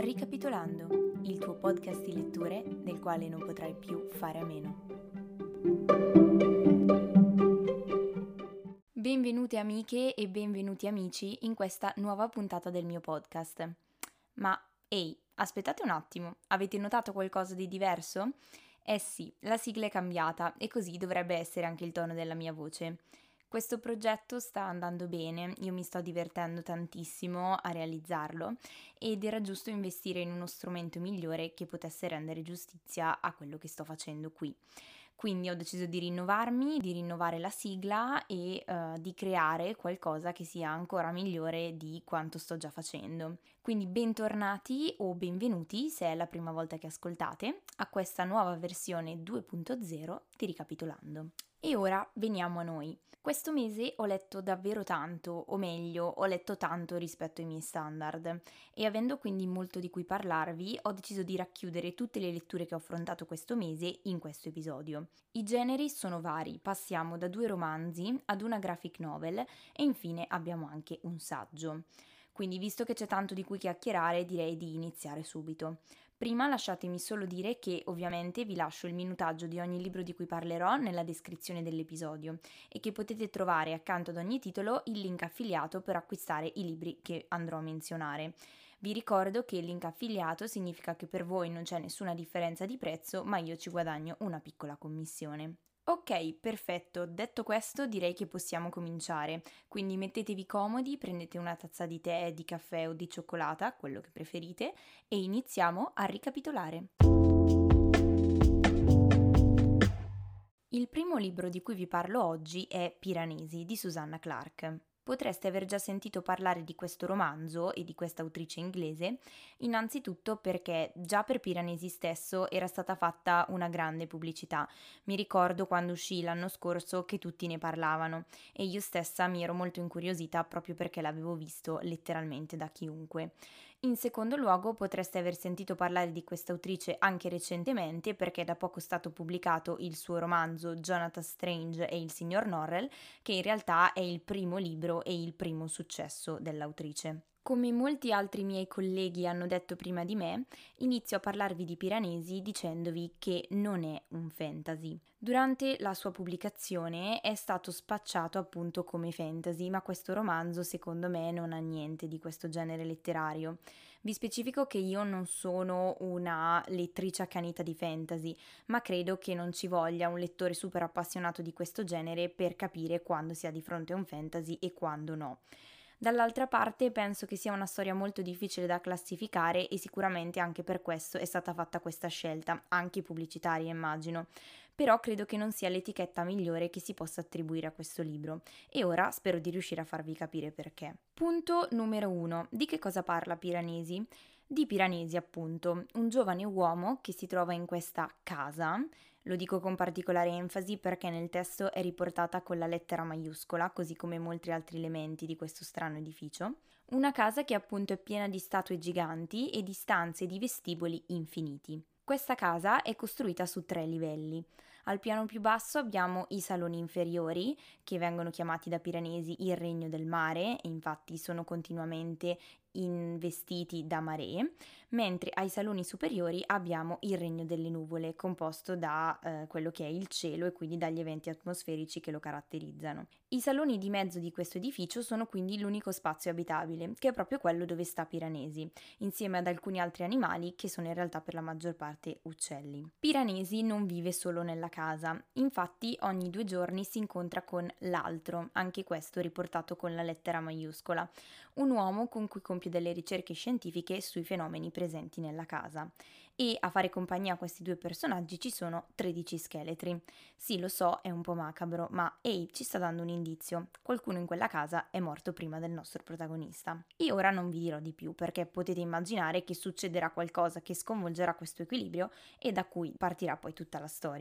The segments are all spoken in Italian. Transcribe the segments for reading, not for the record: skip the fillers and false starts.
Ricapitolando, il tuo podcast di letture del quale non potrai più fare a meno. Benvenute amiche e benvenuti amici in questa nuova puntata del mio podcast. Ma ehi, aspettate un attimo, avete notato qualcosa di diverso? Eh sì, la sigla è cambiata e così dovrebbe essere anche il tono della mia voce. Questo progetto sta andando bene, io mi sto divertendo tantissimo a realizzarlo ed era giusto investire in uno strumento migliore che potesse rendere giustizia a quello che sto facendo qui. Quindi ho deciso di rinnovarmi, di rinnovare la sigla e di creare qualcosa che sia ancora migliore di quanto sto già facendo. Quindi bentornati o benvenuti, se è la prima volta che ascoltate, a questa nuova versione 2.0 di Ricapitolando. E ora veniamo a noi. Questo mese ho letto davvero tanto, o meglio, ho letto tanto rispetto ai miei standard e avendo quindi molto di cui parlarvi, ho deciso di racchiudere tutte le letture che ho affrontato questo mese in questo episodio. I generi sono vari, passiamo da 2 romanzi ad una graphic novel e infine abbiamo anche un saggio. Quindi, visto che c'è tanto di cui chiacchierare, direi di iniziare subito. Prima lasciatemi solo dire che ovviamente vi lascio il minutaggio di ogni libro di cui parlerò nella descrizione dell'episodio e che potete trovare accanto ad ogni titolo il link affiliato per acquistare i libri che andrò a menzionare. Vi ricordo che il link affiliato significa che per voi non c'è nessuna differenza di prezzo, ma io ci guadagno una piccola commissione. Ok, perfetto. Detto questo, direi che possiamo cominciare. Quindi mettetevi comodi, prendete una tazza di tè, di caffè o di cioccolata, quello che preferite, e iniziamo a ricapitolare. Il primo libro di cui vi parlo oggi è Piranesi di Susanna Clarke. Potreste aver già sentito parlare di questo romanzo e di questa autrice inglese, innanzitutto perché già per Piranesi stesso era stata fatta una grande pubblicità. Mi ricordo quando uscì l'anno scorso che tutti ne parlavano e io stessa mi ero molto incuriosita proprio perché l'avevo visto letteralmente da chiunque. In secondo luogo potreste aver sentito parlare di questa autrice anche recentemente perché da poco è stato pubblicato il suo romanzo Jonathan Strange e il signor Norrell, che in realtà è il primo libro e il primo successo dell'autrice. Come molti altri miei colleghi hanno detto prima di me, inizio a parlarvi di Piranesi dicendovi che non è un fantasy. Durante la sua pubblicazione è stato spacciato appunto come fantasy, ma questo romanzo secondo me non ha niente di questo genere letterario. Vi specifico che io non sono una lettrice accanita di fantasy, ma credo che non ci voglia un lettore super appassionato di questo genere per capire quando si ha di fronte a un fantasy e quando no. Dall'altra parte penso che sia una storia molto difficile da classificare e sicuramente anche per questo è stata fatta questa scelta, anche pubblicitaria immagino, però credo che non sia l'etichetta migliore che si possa attribuire a questo libro e ora spero di riuscire a farvi capire perché. Punto numero 1. Di che cosa parla Piranesi? Di Piranesi appunto, un giovane uomo che si trova in questa casa. Lo dico con particolare enfasi perché nel testo è riportata con la lettera maiuscola, così come molti altri elementi di questo strano edificio. Una casa che appunto è piena di statue giganti e di stanze e di vestiboli infiniti. Questa casa è costruita su 3 livelli. Al piano più basso abbiamo i saloni inferiori, che vengono chiamati da Piranesi il regno del mare, e infatti sono continuamente investiti da maree, mentre ai saloni superiori abbiamo il regno delle nuvole, composto da quello che è il cielo e quindi dagli eventi atmosferici che lo caratterizzano. I saloni di mezzo di questo edificio sono quindi l'unico spazio abitabile, che è proprio quello dove sta Piranesi, insieme ad alcuni altri animali che sono in realtà per la maggior parte uccelli. Piranesi non vive solo nella casa, infatti ogni 2 giorni si incontra con l'altro, anche questo riportato con la lettera maiuscola, un uomo con cui compie delle ricerche scientifiche sui fenomeni presenti nella casa. E a fare compagnia a questi 2 personaggi ci sono 13 scheletri. Sì, lo so, è un po' macabro, ma ehi, ci sta dando un indizio. Qualcuno in quella casa è morto prima del nostro protagonista. E ora non vi dirò di più, perché potete immaginare che succederà qualcosa che sconvolgerà questo equilibrio e da cui partirà poi tutta la storia.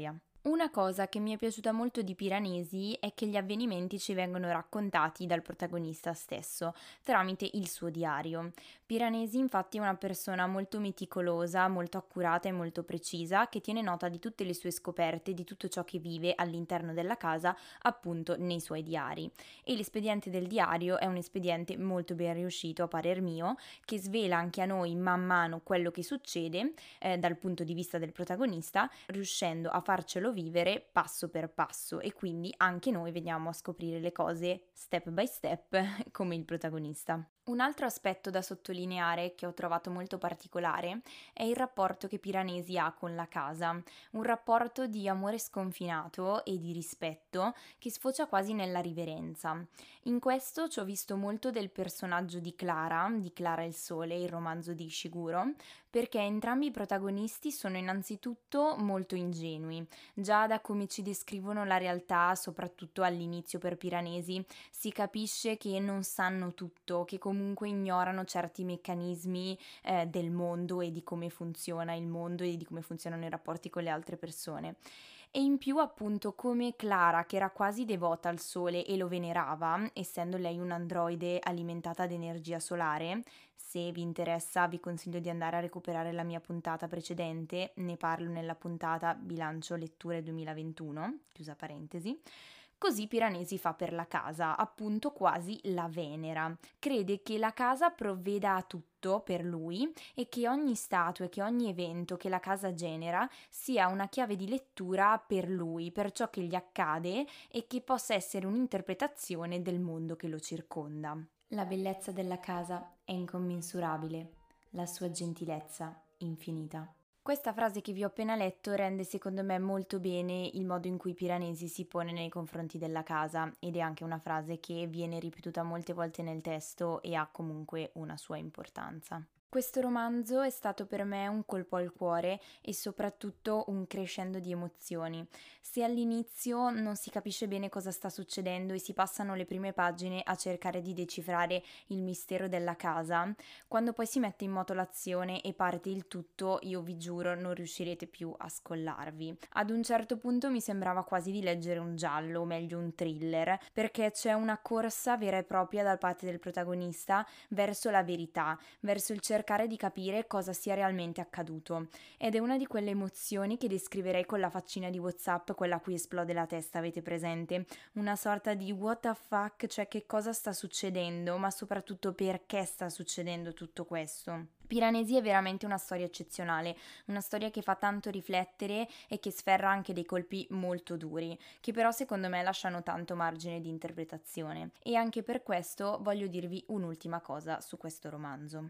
Una cosa che mi è piaciuta molto di Piranesi è che gli avvenimenti ci vengono raccontati dal protagonista stesso, tramite il suo diario. Piranesi infatti è una persona molto meticolosa, molto accurata e molto precisa, che tiene nota di tutte le sue scoperte, di tutto ciò che vive all'interno della casa, appunto nei suoi diari. E l'espediente del diario è un espediente molto ben riuscito a parer mio, che svela anche a noi man mano quello che succede dal punto di vista del protagonista, riuscendo a farcelo vivere passo per passo, e quindi anche noi veniamo a scoprire le cose step by step come il protagonista. Un altro aspetto da sottolineare che ho trovato molto particolare è il rapporto che Piranesi ha con la casa, un rapporto di amore sconfinato e di rispetto che sfocia quasi nella riverenza. In questo ci ho visto molto del personaggio di Clara il Sole, il romanzo di Ishiguro, perché entrambi i protagonisti sono innanzitutto molto ingenui. Già da come ci descrivono la realtà, soprattutto all'inizio per Piranesi, si capisce che non sanno tutto, che comunque ignorano certi meccanismi del mondo e di come funziona il mondo e di come funzionano i rapporti con le altre persone. E in più appunto come Clara, che era quasi devota al sole e lo venerava, essendo lei un androide alimentata ad energia solare. Se vi interessa vi consiglio di andare a recuperare la mia puntata precedente, ne parlo nella puntata bilancio letture 2021, chiusa parentesi. Così Piranesi fa per la casa, appunto quasi la venera. Crede che la casa provveda a tutto per lui e che ogni stato e che ogni evento che la casa genera sia una chiave di lettura per lui, per ciò che gli accade e che possa essere un'interpretazione del mondo che lo circonda. La bellezza della casa è incommensurabile, la sua gentilezza infinita. Questa frase che vi ho appena letto rende secondo me molto bene il modo in cui Piranesi si pone nei confronti della casa, ed è anche una frase che viene ripetuta molte volte nel testo e ha comunque una sua importanza. Questo romanzo è stato per me un colpo al cuore e soprattutto un crescendo di emozioni. Se all'inizio non si capisce bene cosa sta succedendo e si passano le prime pagine a cercare di decifrare il mistero della casa, quando poi si mette in moto l'azione e parte il tutto, io vi giuro non riuscirete più a scollarvi. Ad un certo punto mi sembrava quasi di leggere un giallo, o meglio un thriller, perché c'è una corsa vera e propria da parte del protagonista verso la verità, verso il cercare di capire cosa sia realmente accaduto. Ed è una di quelle emozioni che descriverei con la faccina di WhatsApp, quella a cui esplode la testa, avete presente? Una sorta di what the fuck, cioè che cosa sta succedendo, ma soprattutto perché sta succedendo tutto questo. Piranesi è veramente una storia eccezionale, una storia che fa tanto riflettere e che sferra anche dei colpi molto duri, che però secondo me lasciano tanto margine di interpretazione. E anche per questo voglio dirvi un'ultima cosa su questo romanzo.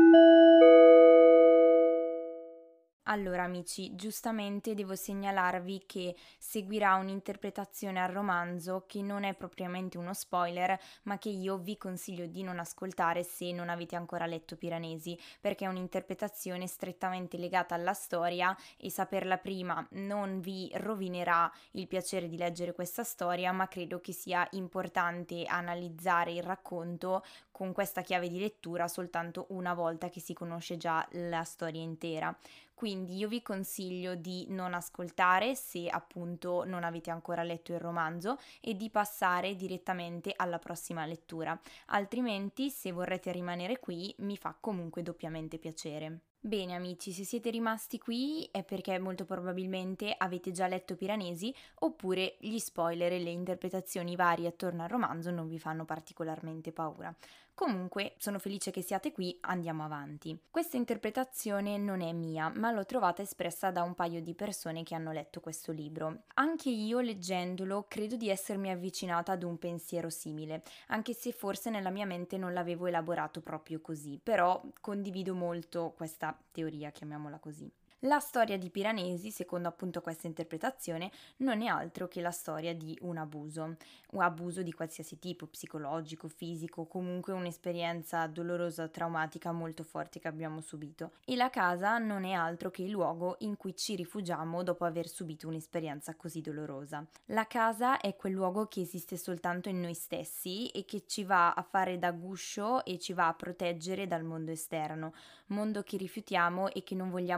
Allora amici, giustamente devo segnalarvi che seguirà un'interpretazione al romanzo che non è propriamente uno spoiler, ma che io vi consiglio di non ascoltare se non avete ancora letto Piranesi, perché è un'interpretazione strettamente legata alla storia e saperla prima non vi rovinerà il piacere di leggere questa storia, ma credo che sia importante analizzare il racconto con questa chiave di lettura soltanto una volta che si conosce già la storia intera. Quindi io vi consiglio di non ascoltare se appunto non avete ancora letto il romanzo e di passare direttamente alla prossima lettura. Altrimenti, se vorrete rimanere qui, mi fa comunque doppiamente piacere. Bene amici, se siete rimasti qui è perché molto probabilmente avete già letto Piranesi oppure gli spoiler e le interpretazioni varie attorno al romanzo non vi fanno particolarmente paura. Comunque, sono felice che siate qui, andiamo avanti. Questa interpretazione non è mia, ma l'ho trovata espressa da un paio di persone che hanno letto questo libro. Anche io, leggendolo, credo di essermi avvicinata ad un pensiero simile, anche se forse nella mia mente non l'avevo elaborato proprio così, però condivido molto questa teoria, chiamiamola così. La storia di Piranesi, secondo appunto questa interpretazione, non è altro che la storia di un abuso di qualsiasi tipo, psicologico, fisico, comunque un'esperienza dolorosa, traumatica molto forte che abbiamo subito. E la casa non è altro che il luogo in cui ci rifugiamo dopo aver subito un'esperienza così dolorosa. La casa è quel luogo che esiste soltanto in noi stessi e che ci va a fare da guscio e ci va a proteggere dal mondo esterno, mondo che rifiutiamo e che non vogliamo vedere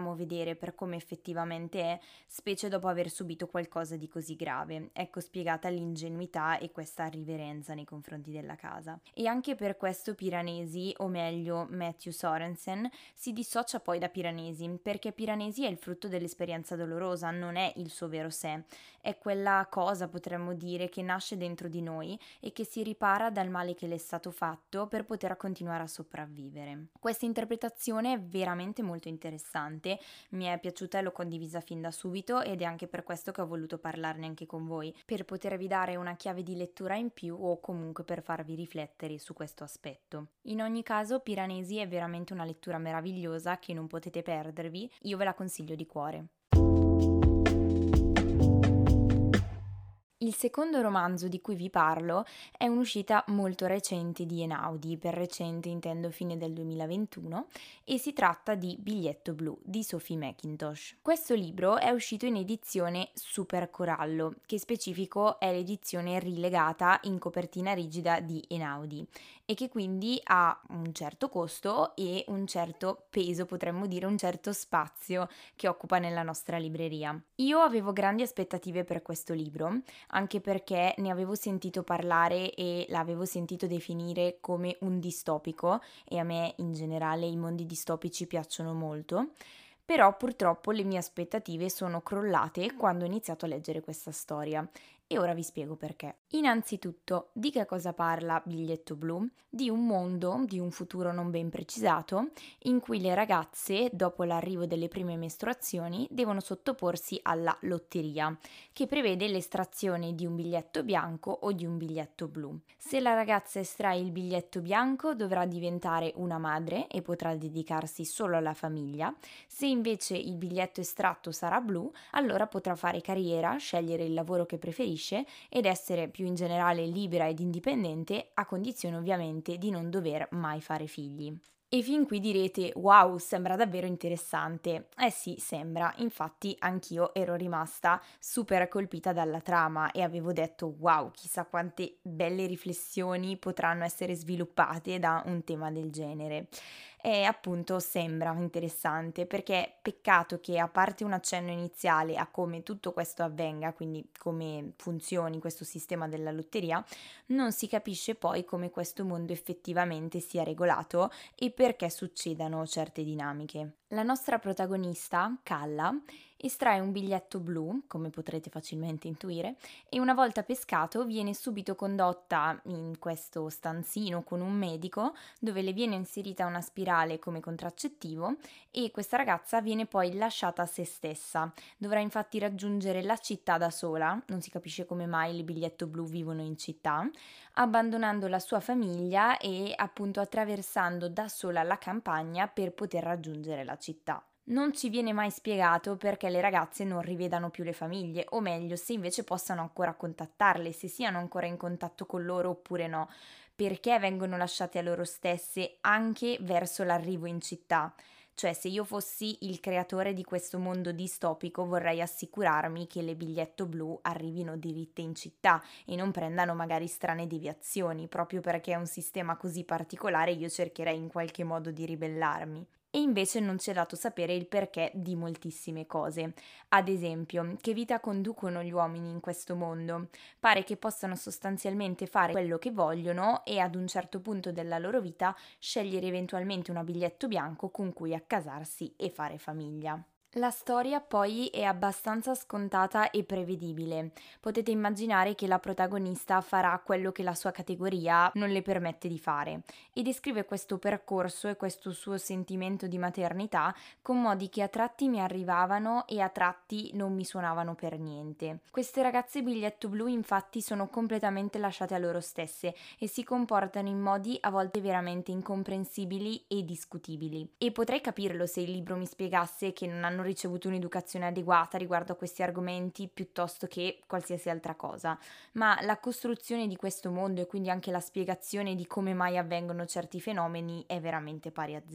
capire per come effettivamente è, specie dopo aver subito qualcosa di così grave. Ecco spiegata l'ingenuità e questa riverenza nei confronti della casa. E anche per questo Piranesi, o meglio Matthew Sorensen, si dissocia poi da Piranesi, perché Piranesi è il frutto dell'esperienza dolorosa, non è il suo vero sé, è quella cosa, potremmo dire, che nasce dentro di noi e che si ripara dal male che le è stato fatto per poter continuare a sopravvivere. Questa interpretazione è veramente molto interessante, mi è piaciuta e l'ho condivisa fin da subito ed è anche per questo che ho voluto parlarne anche con voi, per potervi dare una chiave di lettura in più o comunque per farvi riflettere su questo aspetto. In ogni caso, Piranesi è veramente una lettura meravigliosa che non potete perdervi, io ve la consiglio di cuore. Il secondo romanzo di cui vi parlo è un'uscita molto recente di Einaudi, per recente intendo fine del 2021, e si tratta di Biglietto blu di Sophie Mackintosh. Questo libro è uscito in edizione Super Corallo, che specifico è l'edizione rilegata in copertina rigida di Einaudi e che quindi ha un certo costo e un certo peso, potremmo dire un certo spazio che occupa nella nostra libreria. Io avevo grandi aspettative per questo libro, anche perché ne avevo sentito parlare e l'avevo sentito definire come un distopico e a me in generale i mondi distopici piacciono molto, però purtroppo le mie aspettative sono crollate quando ho iniziato a leggere questa storia e ora vi spiego perché. Innanzitutto, di che cosa parla Biglietto blu? Di un mondo, di un futuro non ben precisato, in cui le ragazze, dopo l'arrivo delle prime mestruazioni, devono sottoporsi alla lotteria, che prevede l'estrazione di un biglietto bianco o di un biglietto blu. Se la ragazza estrae il biglietto bianco dovrà diventare una madre e potrà dedicarsi solo alla famiglia, se invece il biglietto estratto sarà blu, allora potrà fare carriera, scegliere il lavoro che preferisce ed essere più in generale libera ed indipendente, a condizione ovviamente di non dover mai fare figli. E fin qui direte, wow, sembra davvero interessante. Eh sì, sembra, infatti anch'io ero rimasta super colpita dalla trama e avevo detto, wow, chissà quante belle riflessioni potranno essere sviluppate da un tema del genere. E appunto sembra interessante perché peccato che a parte un accenno iniziale a come tutto questo avvenga, quindi come funzioni questo sistema della lotteria, non si capisce poi come questo mondo effettivamente sia regolato e perché succedano certe dinamiche. La nostra protagonista, Calla, estrae un biglietto blu, come potrete facilmente intuire, e una volta pescato viene subito condotta in questo stanzino con un medico dove le viene inserita una spirale come contraccettivo e questa ragazza viene poi lasciata a se stessa. Dovrà infatti raggiungere la città da sola, non si capisce come mai il biglietto blu vivono in città, abbandonando la sua famiglia e appunto attraversando da sola la campagna per poter raggiungere la città. Non ci viene mai spiegato perché le ragazze non rivedano più le famiglie, o meglio, se invece possano ancora contattarle, se siano ancora in contatto con loro oppure no, perché vengono lasciate a loro stesse anche verso l'arrivo in città. Cioè, se io fossi il creatore di questo mondo distopico, vorrei assicurarmi che le biglietto blu arrivino diritte in città e non prendano magari strane deviazioni, proprio perché è un sistema così particolare, io cercherei in qualche modo di ribellarmi. E invece non ci è dato sapere il perché di moltissime cose. Ad esempio, che vita conducono gli uomini in questo mondo? Pare che possano sostanzialmente fare quello che vogliono e ad un certo punto della loro vita scegliere eventualmente un biglietto bianco con cui accasarsi e fare famiglia. La storia poi è abbastanza scontata e prevedibile. Potete immaginare che la protagonista farà quello che la sua categoria non le permette di fare e descrive questo percorso e questo suo sentimento di maternità con modi che a tratti mi arrivavano e a tratti non mi suonavano per niente. Queste ragazze biglietto blu infatti sono completamente lasciate a loro stesse e si comportano in modi a volte veramente incomprensibili e discutibili. E potrei capirlo se il libro mi spiegasse che non hanno ricevuto un'educazione adeguata riguardo a questi argomenti piuttosto che qualsiasi altra cosa, ma la costruzione di questo mondo e quindi anche la spiegazione di come mai avvengono certi fenomeni è veramente pari a zero.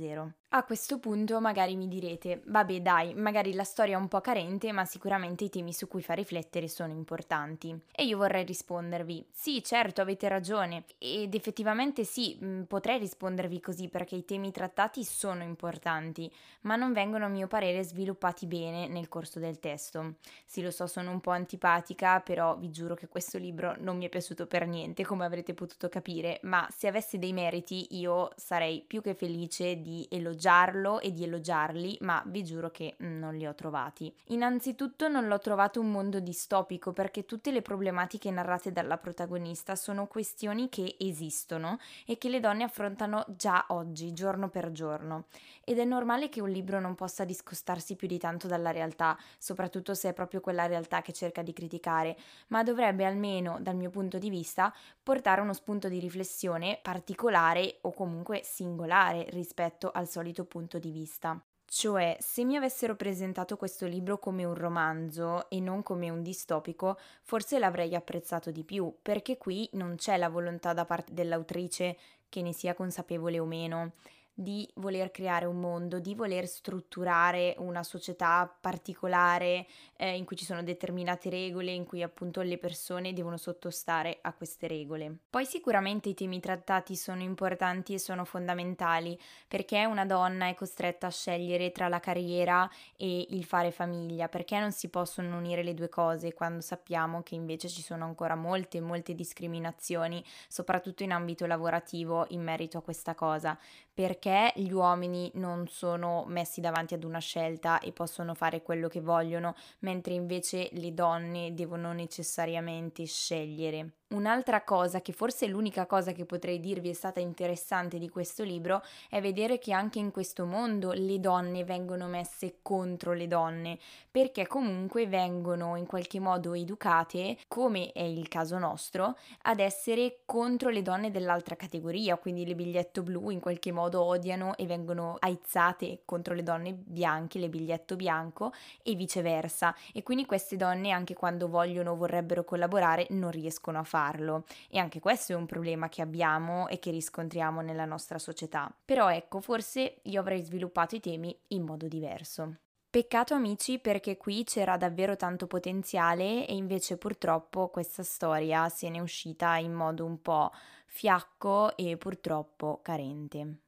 A questo punto magari mi direte, vabbè dai, magari la storia è un po' carente, ma sicuramente i temi su cui fa riflettere sono importanti. E io vorrei rispondervi, sì, certo, avete ragione. Ed effettivamente sì, potrei rispondervi così perché i temi trattati sono importanti, ma non vengono a mio parere sviluppati bene nel corso del testo. Sì, lo so, sono un po' antipatica, però vi giuro che questo libro non mi è piaciuto per niente, come avrete potuto capire, ma se avesse dei meriti io sarei più che felice di elogiarlo e di elogiarli, ma vi giuro che non li ho trovati. Innanzitutto non l'ho trovato un mondo distopico perché tutte le problematiche narrate dalla protagonista sono questioni che esistono e che le donne affrontano già oggi, giorno per giorno. Ed è normale che un libro non possa discostarsi più di tanto dalla realtà, soprattutto se è proprio quella realtà che cerca di criticare, ma dovrebbe almeno, dal mio punto di vista, portare uno spunto di riflessione particolare o comunque singolare rispetto al solito punto di vista. Cioè, se mi avessero presentato questo libro come un romanzo e non come un distopico, forse l'avrei apprezzato di più, perché qui non c'è la volontà da parte dell'autrice, che ne sia consapevole o meno, di voler creare un mondo, di voler strutturare una società particolare in cui ci sono determinate regole, in cui appunto le persone devono sottostare a queste regole. Poi sicuramente i temi trattati sono importanti e sono fondamentali, perché una donna è costretta a scegliere tra la carriera e il fare famiglia, perché non si possono unire le due cose quando sappiamo che invece ci sono ancora molte discriminazioni, soprattutto in ambito lavorativo in merito a questa cosa, perché gli uomini non sono messi davanti ad una scelta e possono fare quello che vogliono, mentre invece le donne devono necessariamente scegliere. Un'altra cosa, che forse è l'unica cosa che potrei dirvi è stata interessante di questo libro, è vedere che anche in questo mondo le donne vengono messe contro le donne, perché comunque vengono in qualche modo educate, come è il caso nostro, ad essere contro le donne dell'altra categoria, quindi le biglietto blu in qualche modo odiano e vengono aizzate contro le donne bianche, le biglietto bianco e viceversa. E quindi queste donne anche quando vogliono o vorrebbero collaborare non riescono a farlo. E anche questo è un problema che abbiamo e che riscontriamo nella nostra società. Però ecco, forse io avrei sviluppato i temi in modo diverso. Peccato amici perché qui c'era davvero tanto potenziale e invece purtroppo questa storia se n'è uscita in modo un po' fiacco e purtroppo carente.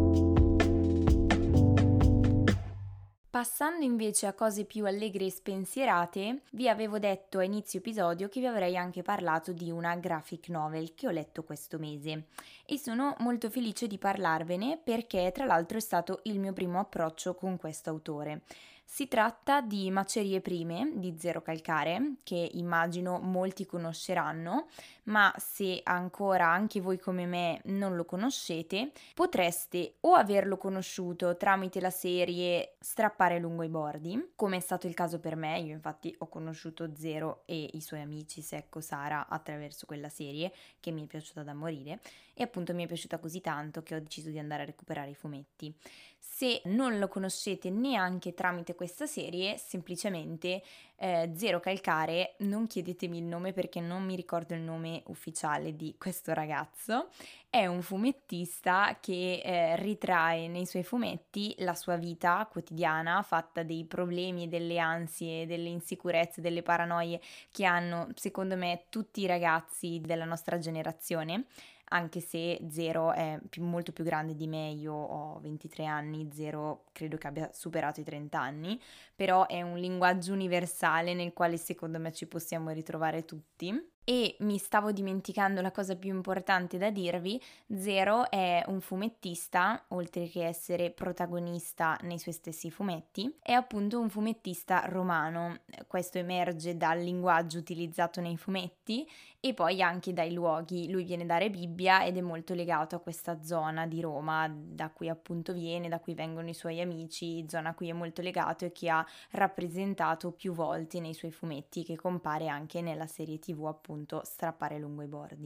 Passando invece a cose più allegre e spensierate, vi avevo detto a inizio episodio che vi avrei anche parlato di una graphic novel che ho letto questo mese e sono molto felice di parlarvene perché tra l'altro è stato il mio primo approccio con questo autore. Si tratta di Macerie Prime di Zero Calcare, che immagino molti conosceranno, ma se ancora anche voi come me non lo conoscete, potreste o averlo conosciuto tramite la serie Strappare lungo i bordi, come è stato il caso per me. Io infatti ho conosciuto Zero e i suoi amici Secco Sara attraverso quella serie che mi è piaciuta da morire e appunto mi è piaciuta così tanto che ho deciso di andare a recuperare i fumetti. Se non lo conoscete neanche tramite questa serie, semplicemente Zero Calcare, non chiedetemi il nome perché non mi ricordo il nome ufficiale di questo ragazzo, è un fumettista che ritrae nei suoi fumetti la sua vita quotidiana fatta dei problemi e delle ansie, delle insicurezze, delle paranoie che hanno secondo me tutti i ragazzi della nostra generazione, anche se Zero è molto più grande di me, io ho 23 anni, Zero credo che abbia superato i 30 anni, però è un linguaggio universale nel quale secondo me ci possiamo ritrovare tutti. E mi stavo dimenticando la cosa più importante da dirvi, Zero è un fumettista, oltre che essere protagonista nei suoi stessi fumetti, è appunto un fumettista romano. Questo emerge dal linguaggio utilizzato nei fumetti e poi anche dai luoghi. Lui viene da Rebibbia ed è molto legato a questa zona di Roma da cui appunto viene, da cui vengono i suoi amici, zona a cui è molto legato e che ha rappresentato più volte nei suoi fumetti, che compare anche nella serie TV appunto Strappare lungo i bordi.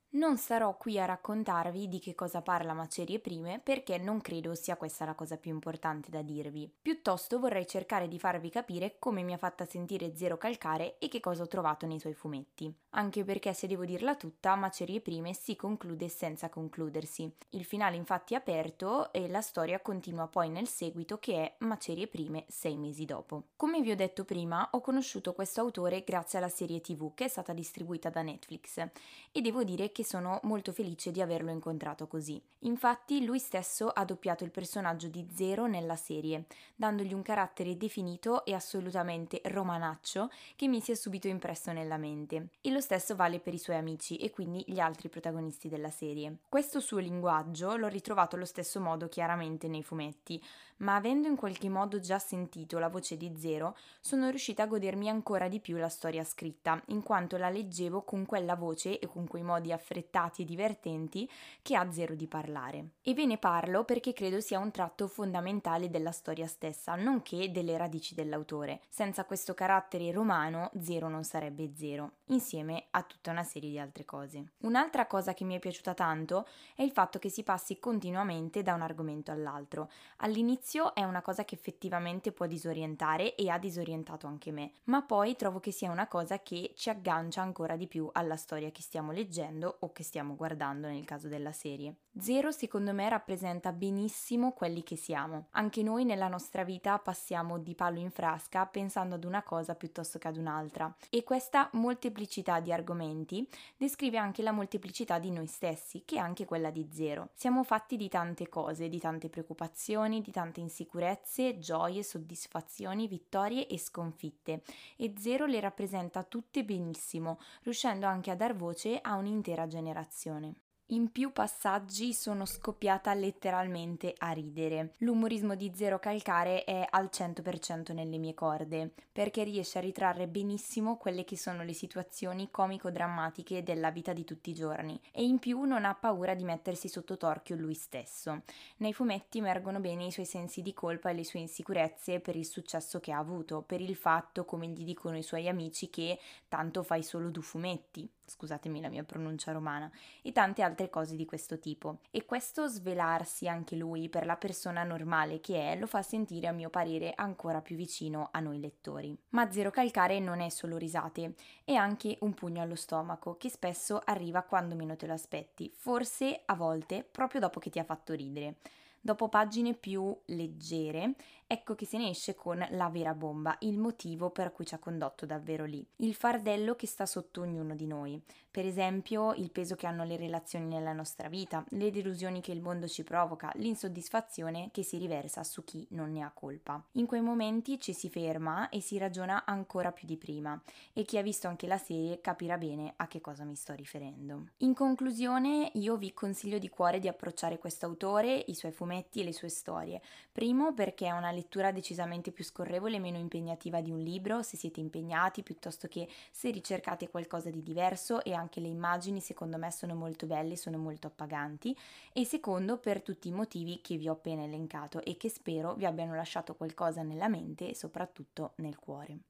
Non sarò qui a raccontarvi di che cosa parla Macerie Prime perché non credo sia questa la cosa più importante da dirvi. Piuttosto vorrei cercare di farvi capire come mi ha fatta sentire Zero Calcare e che cosa ho trovato nei suoi fumetti. Anche perché, se devo dirla tutta, Macerie Prime si conclude senza concludersi. Il finale infatti è aperto e la storia continua poi nel seguito, che è Macerie Prime 6 mesi dopo. Come vi ho detto prima, ho conosciuto questo autore grazie alla serie TV che è stata distribuita da Netflix e devo dire che sono molto felice di averlo incontrato così. Infatti lui stesso ha doppiato il personaggio di Zero nella serie, dandogli un carattere definito e assolutamente romanaccio che mi si è subito impresso nella mente. E lo stesso vale per i suoi amici e quindi gli altri protagonisti della serie. Questo suo linguaggio l'ho ritrovato allo stesso modo chiaramente nei fumetti, ma avendo in qualche modo già sentito la voce di Zero, sono riuscita a godermi ancora di più la storia scritta, in quanto la leggevo con quella voce e con quei modi affrettati e divertenti che ha Zero di parlare. E ve ne parlo perché credo sia un tratto fondamentale della storia stessa, nonché delle radici dell'autore. Senza questo carattere romano, Zero non sarebbe Zero, insieme a tutta una serie di altre cose. Un'altra cosa che mi è piaciuta tanto è il fatto che si passi continuamente da un argomento all'altro. All'inizio è una cosa che effettivamente può disorientare e ha disorientato anche me, ma poi trovo che sia una cosa che ci aggancia ancora di più alla storia che stiamo leggendo o che stiamo guardando nel caso della serie. Zero secondo me rappresenta benissimo quelli che siamo. Anche noi nella nostra vita passiamo di palo in frasca pensando ad una cosa piuttosto che ad un'altra, e questa molteplicità di argomenti descrive anche la molteplicità di noi stessi, che è anche quella di Zero. Siamo fatti di tante cose, di tante preoccupazioni, di tante insicurezze, gioie, soddisfazioni, vittorie e sconfitte, e Zero le rappresenta tutte benissimo, riuscendo anche a dar voce a un'intera generazione. In più passaggi sono scoppiata letteralmente a ridere. L'umorismo di Zero Calcare è al 100% nelle mie corde, perché riesce a ritrarre benissimo quelle che sono le situazioni comico-drammatiche della vita di tutti i giorni, e in più non ha paura di mettersi sotto torchio lui stesso. Nei fumetti emergono bene i suoi sensi di colpa e le sue insicurezze per il successo che ha avuto, per il fatto, come gli dicono i suoi amici, che tanto fai solo du fumetti, scusatemi la mia pronuncia romana, e tante altre cose di questo tipo. E questo svelarsi anche lui per la persona normale che è lo fa sentire, a mio parere, ancora più vicino a noi lettori. Ma Zero Calcare non è solo risate, è anche un pugno allo stomaco che spesso arriva quando meno te lo aspetti, forse a volte proprio dopo che ti ha fatto ridere. Dopo pagine più leggere, ecco che se ne esce con la vera bomba, il motivo per cui ci ha condotto davvero lì, il fardello che sta sotto ognuno di noi. Per esempio, il peso che hanno le relazioni nella nostra vita, le delusioni che il mondo ci provoca, l'insoddisfazione che si riversa su chi non ne ha colpa. In quei momenti ci si ferma e si ragiona ancora più di prima, e chi ha visto anche la serie capirà bene a che cosa mi sto riferendo. In conclusione, io vi consiglio di cuore di approcciare questo autore, i suoi fumetti e le sue storie. Primo, perché è una lettura decisamente più scorrevole e meno impegnativa di un libro, se siete impegnati, piuttosto che se ricercate qualcosa di diverso, e anche le immagini secondo me sono molto belle, sono molto appaganti. E secondo, per tutti i motivi che vi ho appena elencato e che spero vi abbiano lasciato qualcosa nella mente e soprattutto nel cuore.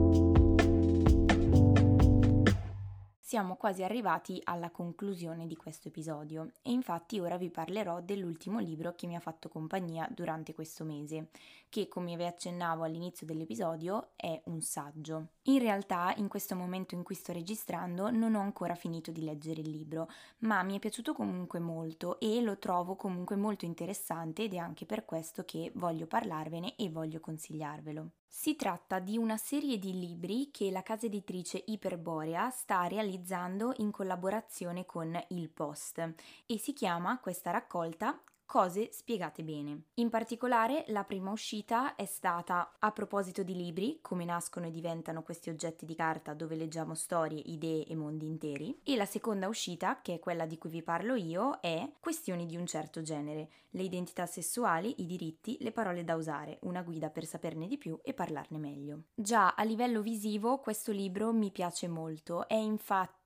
Siamo quasi arrivati alla conclusione di questo episodio e infatti ora vi parlerò dell'ultimo libro che mi ha fatto compagnia durante questo mese, che, come vi accennavo all'inizio dell'episodio, è un saggio. In realtà, in questo momento in cui sto registrando, non ho ancora finito di leggere il libro, ma mi è piaciuto comunque molto e lo trovo comunque molto interessante, ed è anche per questo che voglio parlarvene e voglio consigliarvelo. Si tratta di una serie di libri che la casa editrice Iperborea sta realizzando in collaborazione con Il Post, e si chiama questa raccolta Cose spiegate bene. In particolare, la prima uscita è stata a proposito di libri, come nascono e diventano questi oggetti di carta dove leggiamo storie, idee e mondi interi, e la seconda uscita, che è quella di cui vi parlo io, è Questioni di un certo genere, le identità sessuali, i diritti, le parole da usare, una guida per saperne di più e parlarne meglio. Già a livello visivo questo libro mi piace molto, è infatti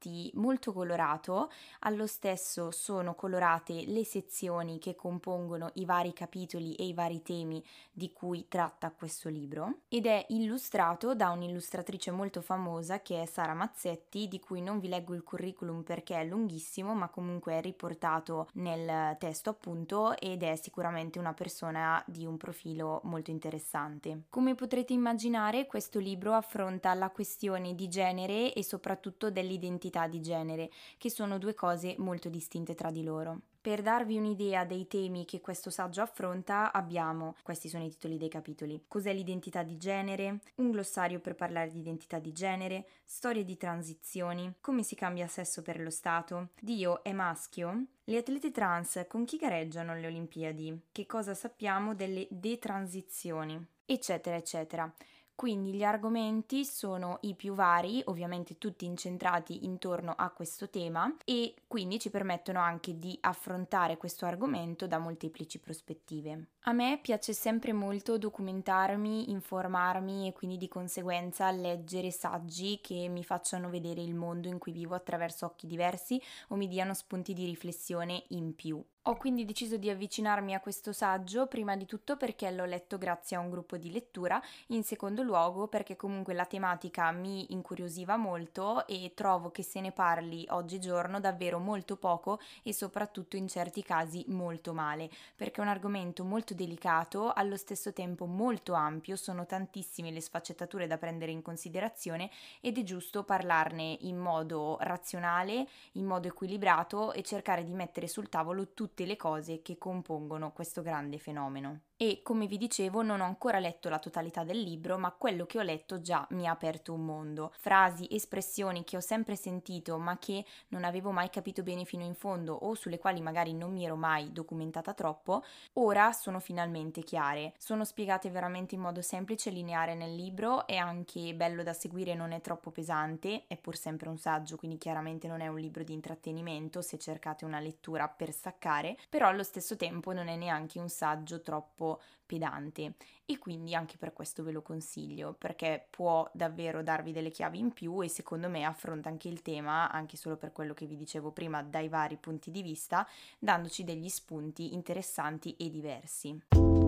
infatti molto colorato, allo stesso sono colorate le sezioni che compongono i vari capitoli e i vari temi di cui tratta questo libro, ed è illustrato da un'illustratrice molto famosa che è Sara Mazzetti, di cui non vi leggo il curriculum perché è lunghissimo, ma comunque è riportato nel testo appunto, ed è sicuramente una persona di un profilo molto interessante. Come potrete immaginare, questo libro affronta la questione di genere e soprattutto dell'identità di genere, che sono due cose molto distinte tra di loro. Per darvi un'idea dei temi che questo saggio affronta, abbiamo, questi sono i titoli dei capitoli: cos'è l'identità di genere, un glossario per parlare di identità di genere, storie di transizioni, come si cambia sesso per lo Stato, Dio è maschio, le atlete trans con chi gareggiano alle Olimpiadi, che cosa sappiamo delle detransizioni, eccetera eccetera. Quindi gli argomenti sono i più vari, ovviamente tutti incentrati intorno a questo tema, e quindi ci permettono anche di affrontare questo argomento da molteplici prospettive. A me piace sempre molto documentarmi, informarmi e quindi di conseguenza leggere saggi che mi facciano vedere il mondo in cui vivo attraverso occhi diversi o mi diano spunti di riflessione in più. Ho quindi deciso di avvicinarmi a questo saggio, prima di tutto perché l'ho letto grazie a un gruppo di lettura, in secondo luogo perché comunque la tematica mi incuriosiva molto e trovo che se ne parli oggigiorno davvero molto poco e soprattutto in certi casi molto male, perché è un argomento molto delicato, allo stesso tempo molto ampio, sono tantissime le sfaccettature da prendere in considerazione ed è giusto parlarne in modo razionale, in modo equilibrato e cercare di mettere sul tavolo tutte le cose che compongono questo grande fenomeno. E come vi dicevo non ho ancora letto la totalità del libro, ma quello che ho letto già mi ha aperto un mondo. Frasi, espressioni che ho sempre sentito ma che non avevo mai capito bene fino in fondo o sulle quali magari non mi ero mai documentata troppo, ora sono finalmente chiare. Sono spiegate veramente in modo semplice e lineare nel libro, è anche bello da seguire, non è troppo pesante, è pur sempre un saggio, quindi chiaramente non è un libro di intrattenimento se cercate una lettura per staccare, però allo stesso tempo non è neanche un saggio troppo pedante e quindi anche per questo ve lo consiglio, perché può davvero darvi delle chiavi in più e secondo me affronta anche il tema, anche solo per quello che vi dicevo prima, dai vari punti di vista, dandoci degli spunti interessanti e diversi.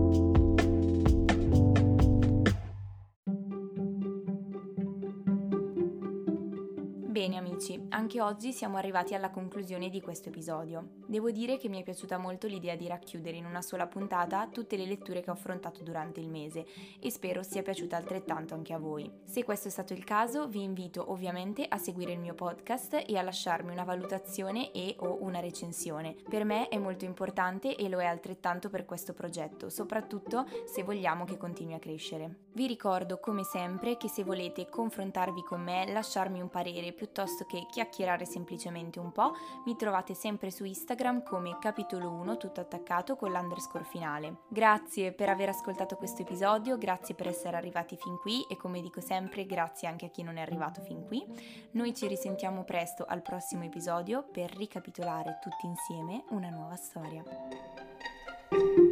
Bene amici, anche oggi siamo arrivati alla conclusione di questo episodio. Devo dire che mi è piaciuta molto l'idea di racchiudere in una sola puntata tutte le letture che ho affrontato durante il mese e spero sia piaciuta altrettanto anche a voi. Se questo è stato il caso, vi invito ovviamente a seguire il mio podcast e a lasciarmi una valutazione e o una recensione. Per me è molto importante e lo è altrettanto per questo progetto, soprattutto se vogliamo che continui a crescere. Vi ricordo come sempre che se volete confrontarvi con me, lasciarmi un parere piuttosto che chiacchierare semplicemente un po', mi trovate sempre su Instagram come capitolo 1 tutto attaccato con l'underscore finale. Grazie per aver ascoltato questo episodio, grazie per essere arrivati fin qui e come dico sempre grazie anche a chi non è arrivato fin qui. Noi ci risentiamo presto al prossimo episodio per ricapitolare tutti insieme una nuova storia.